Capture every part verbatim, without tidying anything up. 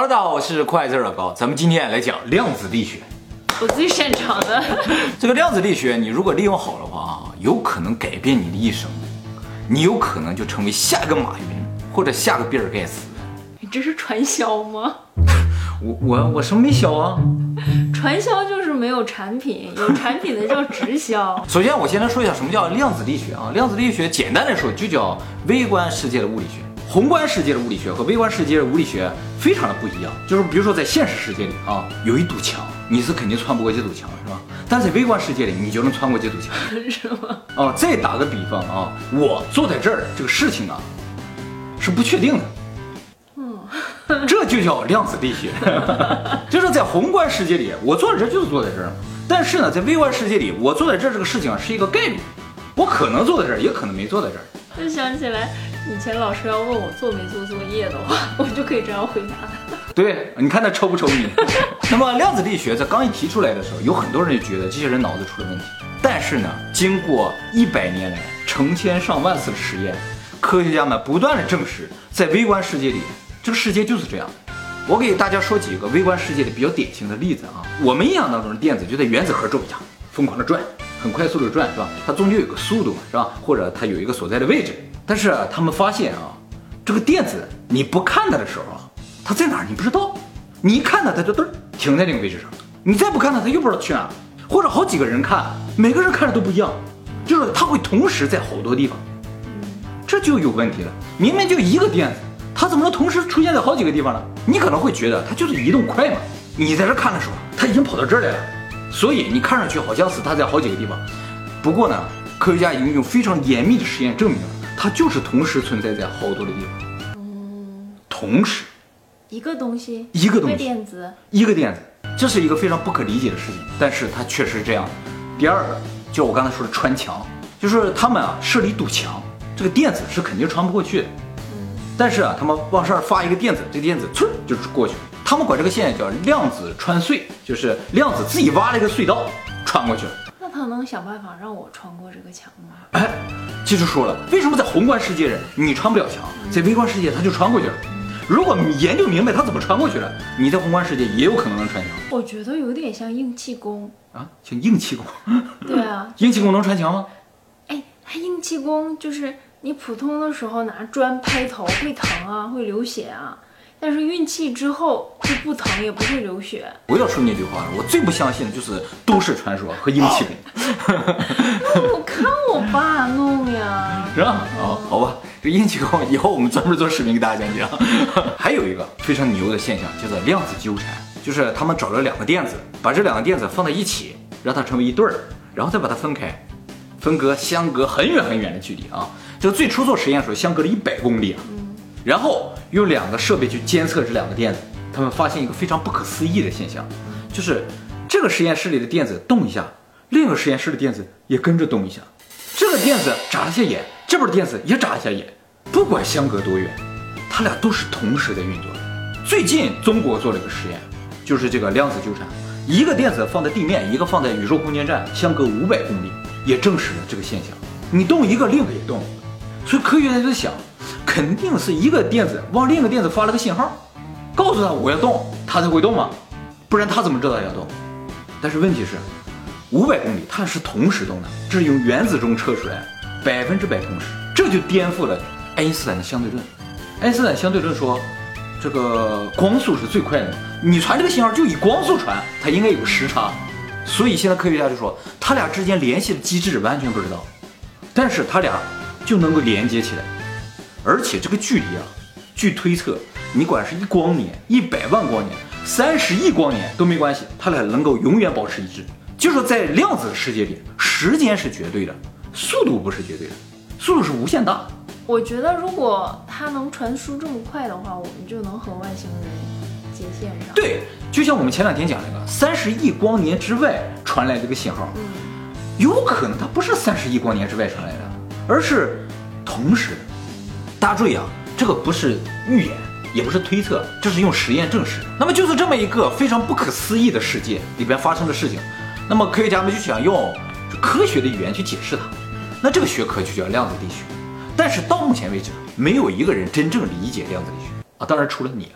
大家好，我是快字老高，咱们今天来讲量子力学， 我最擅长的。 这个量子力学，你如果利用好的话啊，有可能改变你的一生，你有可能就成为下个马云或者下个比尔盖茨。 你这是传销吗？ 我我我什么没销啊？ 传销就是没有产品，有产品的叫直销。 首先，我先来说一下什么叫量子力学啊？量子力学简单来说就叫微观世界的物理学。宏观世界的物理学和微观世界的物理学非常的不一样，就是比如说在现实世界里啊，有一堵墙，你是肯定穿不过这堵墙，是吧？但在微观世界里，你就能穿过这堵墙， 是吗？ 啊，再打个比方啊，我坐在这儿，这个事情啊是不确定的，嗯，这就叫量子力学，就是在宏观世界里，我坐在这儿就是坐在这儿，但是呢，在微观世界里，我坐在这儿这个事情啊是一个概率，我可能坐在这儿，也可能没坐在这儿。 就想起来以前老师要问我做没做作业的话，我就可以这样回答。 对，你看他抽不抽你？那么量子力学在刚一提出来的时候，有很多人就觉得这些人脑子出了问题。但是呢，经过一百年来成千上万次的实验，科学家们不断的证实，在微观世界里，这个世界就是这样的。我给大家说几个微观世界的比较典型的例子啊。我们印象当中的电子就在原子核周围疯狂的转，很快速的转，是吧？它终究有个速度嘛，是吧？或者它有一个所在的位置。但是啊，他们发现啊，这个电子你不看它的时候啊，它在哪儿你不知道，你一看它，它就嘚停在那个位置上，你再不看它，它又不知道去哪儿。或者好几个人看，每个人看着都不一样，就是它会同时在好多地方，这就有问题了。明明就一个电子，它怎么能同时出现在好几个地方呢？你可能会觉得它就是移动快嘛，你在这看的时候，它已经跑到这儿来了，所以你看上去好像是它在好几个地方。不过呢，科学家已经用非常严密的实验证明了，它就是同时存在在好多的地方。嗯，同时， 一个东西， 一个东西， 一个电子， 一个电子，这是一个非常不可理解的事情，但是它确实是这样的。第二个，就我刚才说的穿墙，就是他们啊设立一堵墙，这个电子是肯定穿不过去的。嗯，但是啊，他们往上发一个电子，这电子嗖就过去了。他们管这个现象叫量子穿隧，就是量子自己挖了一个隧道穿过去了。 那他能想办法让我穿过这个墙吗？ 哎，接着说了，为什么在宏观世界人你穿不了墙，在微观世界他就穿过去了？如果你研究明白他怎么穿过去了，你在宏观世界也有可能能穿墙。 我觉得有点像硬气功啊，像硬气功。 对啊， 硬气功能穿墙吗？ 哎，它硬气功就是你普通的时候拿砖拍头会疼啊，会流血啊。但是运气之后就不疼也不会流血。 我要说那句话了，我最不相信的就是都市传说和阴气功。 我看我爸弄呀， 是吧？哦，好吧，这阴气功以后我们专门做视频给大家讲讲。还有一个非常牛的现象叫做量子纠缠，就是他们找了两个电子，把这两个电子放在一起，让它成为一对儿，然后再把它分开，分隔相隔很远很远的距离啊。这个最初做实验的时候相隔了一百公里啊。嗯，然后用两个设备去监测这两个电子，他们发现一个非常不可思议的现象，就是这个实验室里的电子动一下，另一个实验室的电子也跟着动一下。这个电子眨了下眼，这边的电子也眨一下眼，不管相隔多远，它俩都是同时在运作的。最近中国做了一个实验，就是这个量子纠缠，一个电子放在地面，一个放在宇宙空间站，相隔五百公里，也证实了这个现象。你动一个，另一个也动，所以科学家就在想，肯定是一个电子往另一个电子发了个信号，告诉他我要动，他才会动嘛，不然他怎么知道要动？但是问题是，五百公里它是同时动的，这是用原子钟测出来，百分之百同时，这就颠覆了爱因斯坦的相对论。爱因斯坦相对论说，这个光速是最快的，你传这个信号就以光速传，它应该有时差，所以现在科学家就说，他俩之间联系的机制完全不知道，但是他俩就能够连接起来。而且这个距离啊，据推测，你管是一光年、一百万光年、三十亿光年都没关系，它俩能够永远保持一致。就是说，在量子世界里，时间是绝对的，速度不是绝对的，速度是无限大。 我觉得如果它能传输这么快的话，我们就能和外星人接线上。 对，就像我们前两天讲那个三十亿光年之外传来这个信号，嗯，有可能它不是三十亿光年之外传来的，而是同时的。大家注意啊，这个不是预言，也不是推测，这是用实验证实。那么就是这么一个非常不可思议的世界里边发生的事情，那么科学家们就想用科学的语言去解释它，那这个学科就叫量子力学。但是到目前为止，没有一个人真正理解量子力学啊，当然除了你了。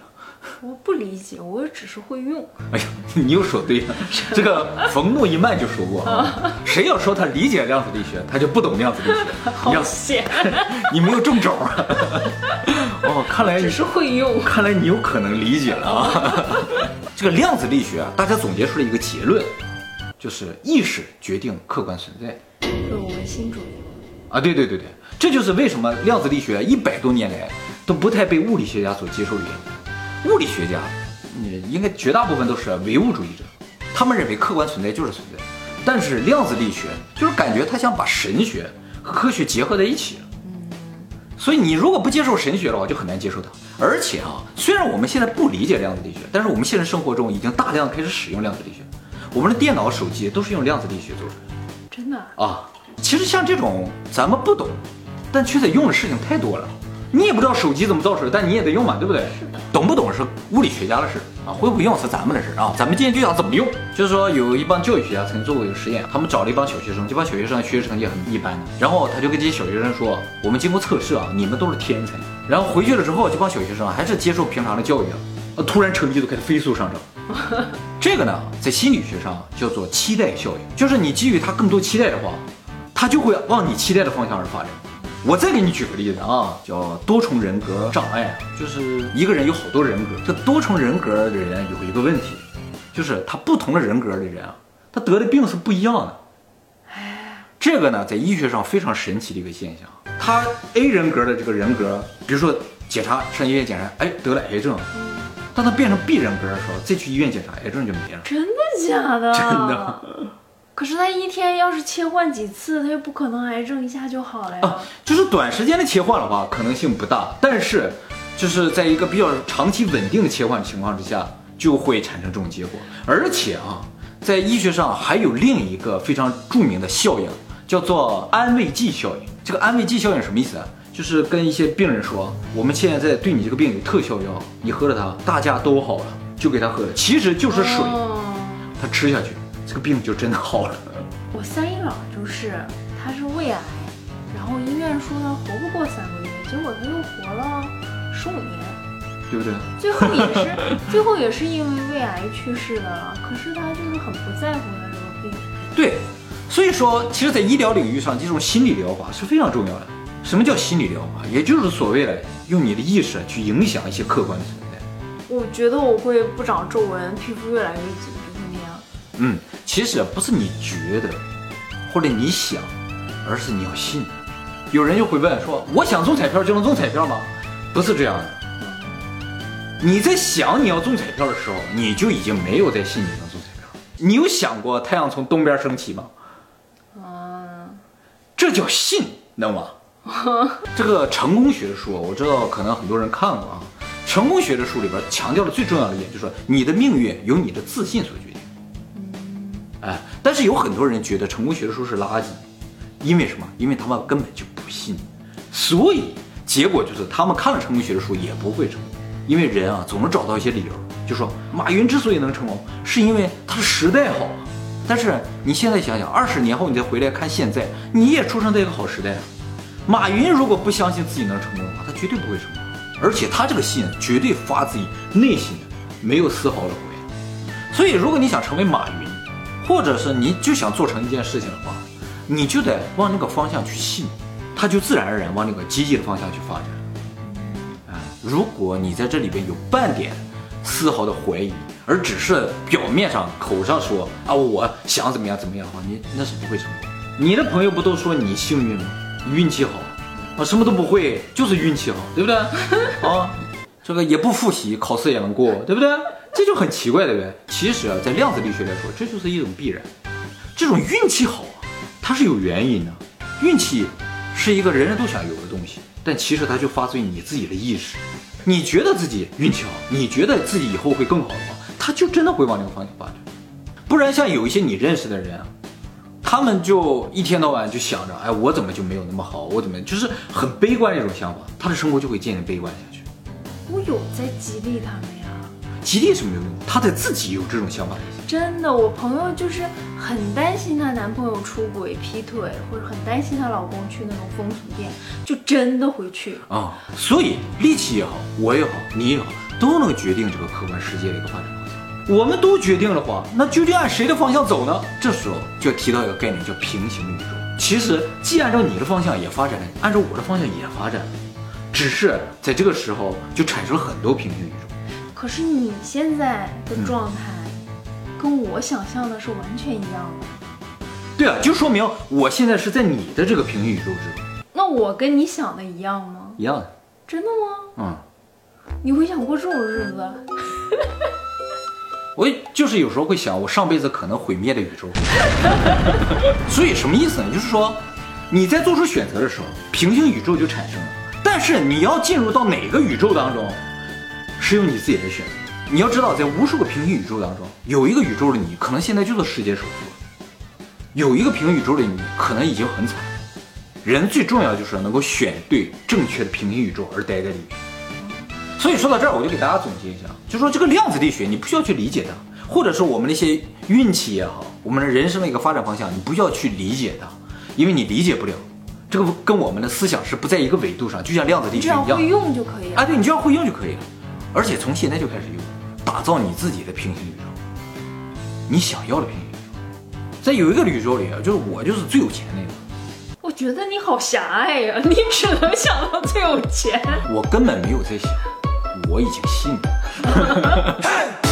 我不理解，我只是会用。 哎呀，你又说对了。这个冯诺依曼就说过啊，谁要说他理解量子力学，他就不懂量子力学。 好险， 你没有中招啊！哦，看来只是会用。 看来你有可能理解了啊。这个量子力学啊，大家总结出了一个结论，就是意识决定客观存在。 就是唯心主义啊，对对对对，这就是为什么量子力学一百多年来都不太被物理学家所接受的原因。物理学家，你应该绝大部分都是唯物主义者，他们认为客观存在就是存在。但是量子力学就是感觉他想把神学和科学结合在一起了。所以你如果不接受神学的话，就很难接受它。而且啊，虽然我们现在不理解量子力学，但是我们现实生活中已经大量开始使用量子力学。我们的电脑、手机都是用量子力学做出来的。 真的啊，其实像这种咱们不懂，但却得用的事情太多了。你也不知道手机怎么造出来，但你也得用嘛，对不对？ 是的。 懂不懂是物理学家的事啊，会不会用是咱们的事啊。咱们今天就讲怎么用。就是说，有一帮教育学家曾经做过一个实验，他们找了一帮小学生，这帮小学生学习成绩很一般的，然后他就跟这些小学生说，我们经过测试啊，你们都是天才。然后回去了之后，这帮小学生还是接受平常的教育啊，突然成绩都开始飞速上涨。这个呢，在心理学上叫做期待效应，就是你给予他更多期待的话，他就会往你期待的方向而发展。我再给你举个例子啊，叫多重人格障碍，就是一个人有好多人格。这多重人格的人有一个问题，就是他不同的人格的人啊，他得的病是不一样的。这个呢，在医学上非常神奇的一个现象。他 A 人格的这个人格，比如说检查上医院检查，哎，得了癌症。当他变成 B 人格的时候，再去医院检查，癌症就没了。 真的假的？ 真的。 可是他一天要是切换几次，他又不可能癌症一下就好了呀。 啊，就是短时间的切换的话，可能性不大，但是就是在一个比较长期稳定的切换情况之下，就会产生这种结果。而且啊，在医学上还有另一个非常著名的效应，叫做安慰剂效应。这个安慰剂效应什么意思啊？就是跟一些病人说，我们现在在对你这个病有特效药，你喝了它，大家都好了，就给他喝了，其实就是水， 哦、 他吃下去，这个病就真的好了。 我三姨姥就是，他是胃癌，然后医院说他活不过三个月，结果他又活了十五年， 对不对？ 最后也是，最后也是因为胃癌去世的了。可是他就是很不在乎他这个病。 对，所以说，其实，在医疗领域上，这种心理疗法是非常重要的。什么叫心理疗法？也就是所谓的用你的意识去影响一些客观的存在。 我觉得我会不长皱纹，皮肤越来越紧，就是那样。 嗯，其实不是你觉得或者你想，而是你要信。有人就会问说，我想中彩票就能中彩票吗？不是这样的。你在想你要中彩票的时候，你就已经没有在信你能中彩票。你有想过太阳从东边升起吗？ 嗯， 这叫信，能吗？这个成功学的书，我知道可能很多人看过啊。成功学的书里边强调的最重要的一点，就是说你的命运由你的自信所决定。哎，但是有很多人觉得成功学的书是垃圾，因为什么？因为他们根本就不信，所以结果就是他们看了成功学的书也不会成功。因为人啊，总能找到一些理由，就说马云之所以能成功，是因为他的时代好啊。但是你现在想想，二十年后你再回来看现在，你也出生在一个好时代啊。马云如果不相信自己能成功的话，他绝对不会成功，而且他这个信绝对发自于内心的，没有丝毫的怀疑。所以，如果你想成为马云，或者是你就想做成一件事情的话，你就得往那个方向去信，他就自然而然往那个积极的方向去发展。啊，如果你在这里边有半点丝毫的怀疑，而只是表面上口上说啊我想怎么样怎么样的话，你那是不会成功。你的朋友不都说你幸运吗？运气好啊，什么都不会，就是运气好，对不对？啊，这个也不复习，考试也能过，对不对？这就很奇怪，对不对？其实啊，在量子力学来说，这就是一种必然。这种运气好啊，它是有原因的。运气是一个人人都想有的东西，但其实它就发自于你自己的意识。你觉得自己运气好，你觉得自己以后会更好的话，它就真的会往那个方向发展。不然像有一些你认识的人啊，他们就一天到晚就想着，哎，我怎么就没有那么好？我怎么就是很悲观这种想法，他的生活就会渐渐悲观下去。 我有在激励他们呀， 激励是没有用，他得自己有这种想法。 真的，我朋友就是很担心她男朋友出轨、劈腿，或者很担心她老公去那种风俗店，就真的会去啊、哦。所以力气也好，我也好，你也好， 都能决定这个客观世界的一个发展方向。我们都决定的话，那究竟按谁的方向走呢？这时候就要提到一个概念，叫平行宇宙。其实既按照你的方向也发展，按照我的方向也发展，只是在这个时候就产生了很多平行宇宙。 可是你现在的状态、嗯、跟我想象的是完全一样的。 对啊，就说明我现在是在你的这个平行宇宙之中。 那我跟你想的一样吗？ 一样的。 真的吗？ 嗯。 你会想过这种日子？ 我就是有时候会想，我上辈子可能毁灭的宇宙。所以什么意思呢？就是说你在做出选择的时候，平行宇宙就产生了。但是你要进入到哪个宇宙当中，是由你自己来选择。你要知道，在无数个平行宇宙当中，有一个宇宙的你可能现在就是世界首富，有一个平行宇宙的你可能已经很惨。人最重要的就是能够选对正确的平行宇宙而待在里面。所以说到这儿，我就给大家总结一下，就说这个量子力学你不需要去理解它，或者是我们那些运气也好，我们的人生的一个发展方向，你不需要去理解它，因为你理解不了，这个跟我们的思想是不在一个纬度上，就像量子力学一样。 你只要会用就可以了。 啊，对，你只要会用就可以了，而且从现在就开始用，打造你自己的平行宇宙，你想要的平行宇宙。在有一个宇宙里啊，就是我就是最有钱那个。 我觉得你好狭隘呀、啊，你只能想到最有钱。 我根本没有在想。我已经信了。